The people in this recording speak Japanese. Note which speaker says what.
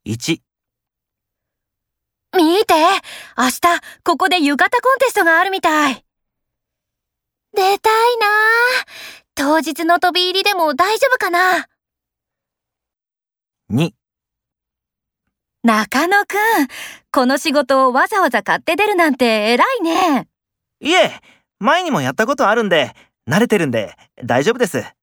Speaker 1: 1、
Speaker 2: 見て、明日ここで浴衣コンテストがあるみたい。出たいなあ。当日の飛び入りでも大丈夫かな。
Speaker 1: 2、
Speaker 2: 中野くん、この仕事をわざわざ買って出るなんて偉いね。
Speaker 1: いえ、前にもやったことあるんで、慣れてるんで大丈夫です。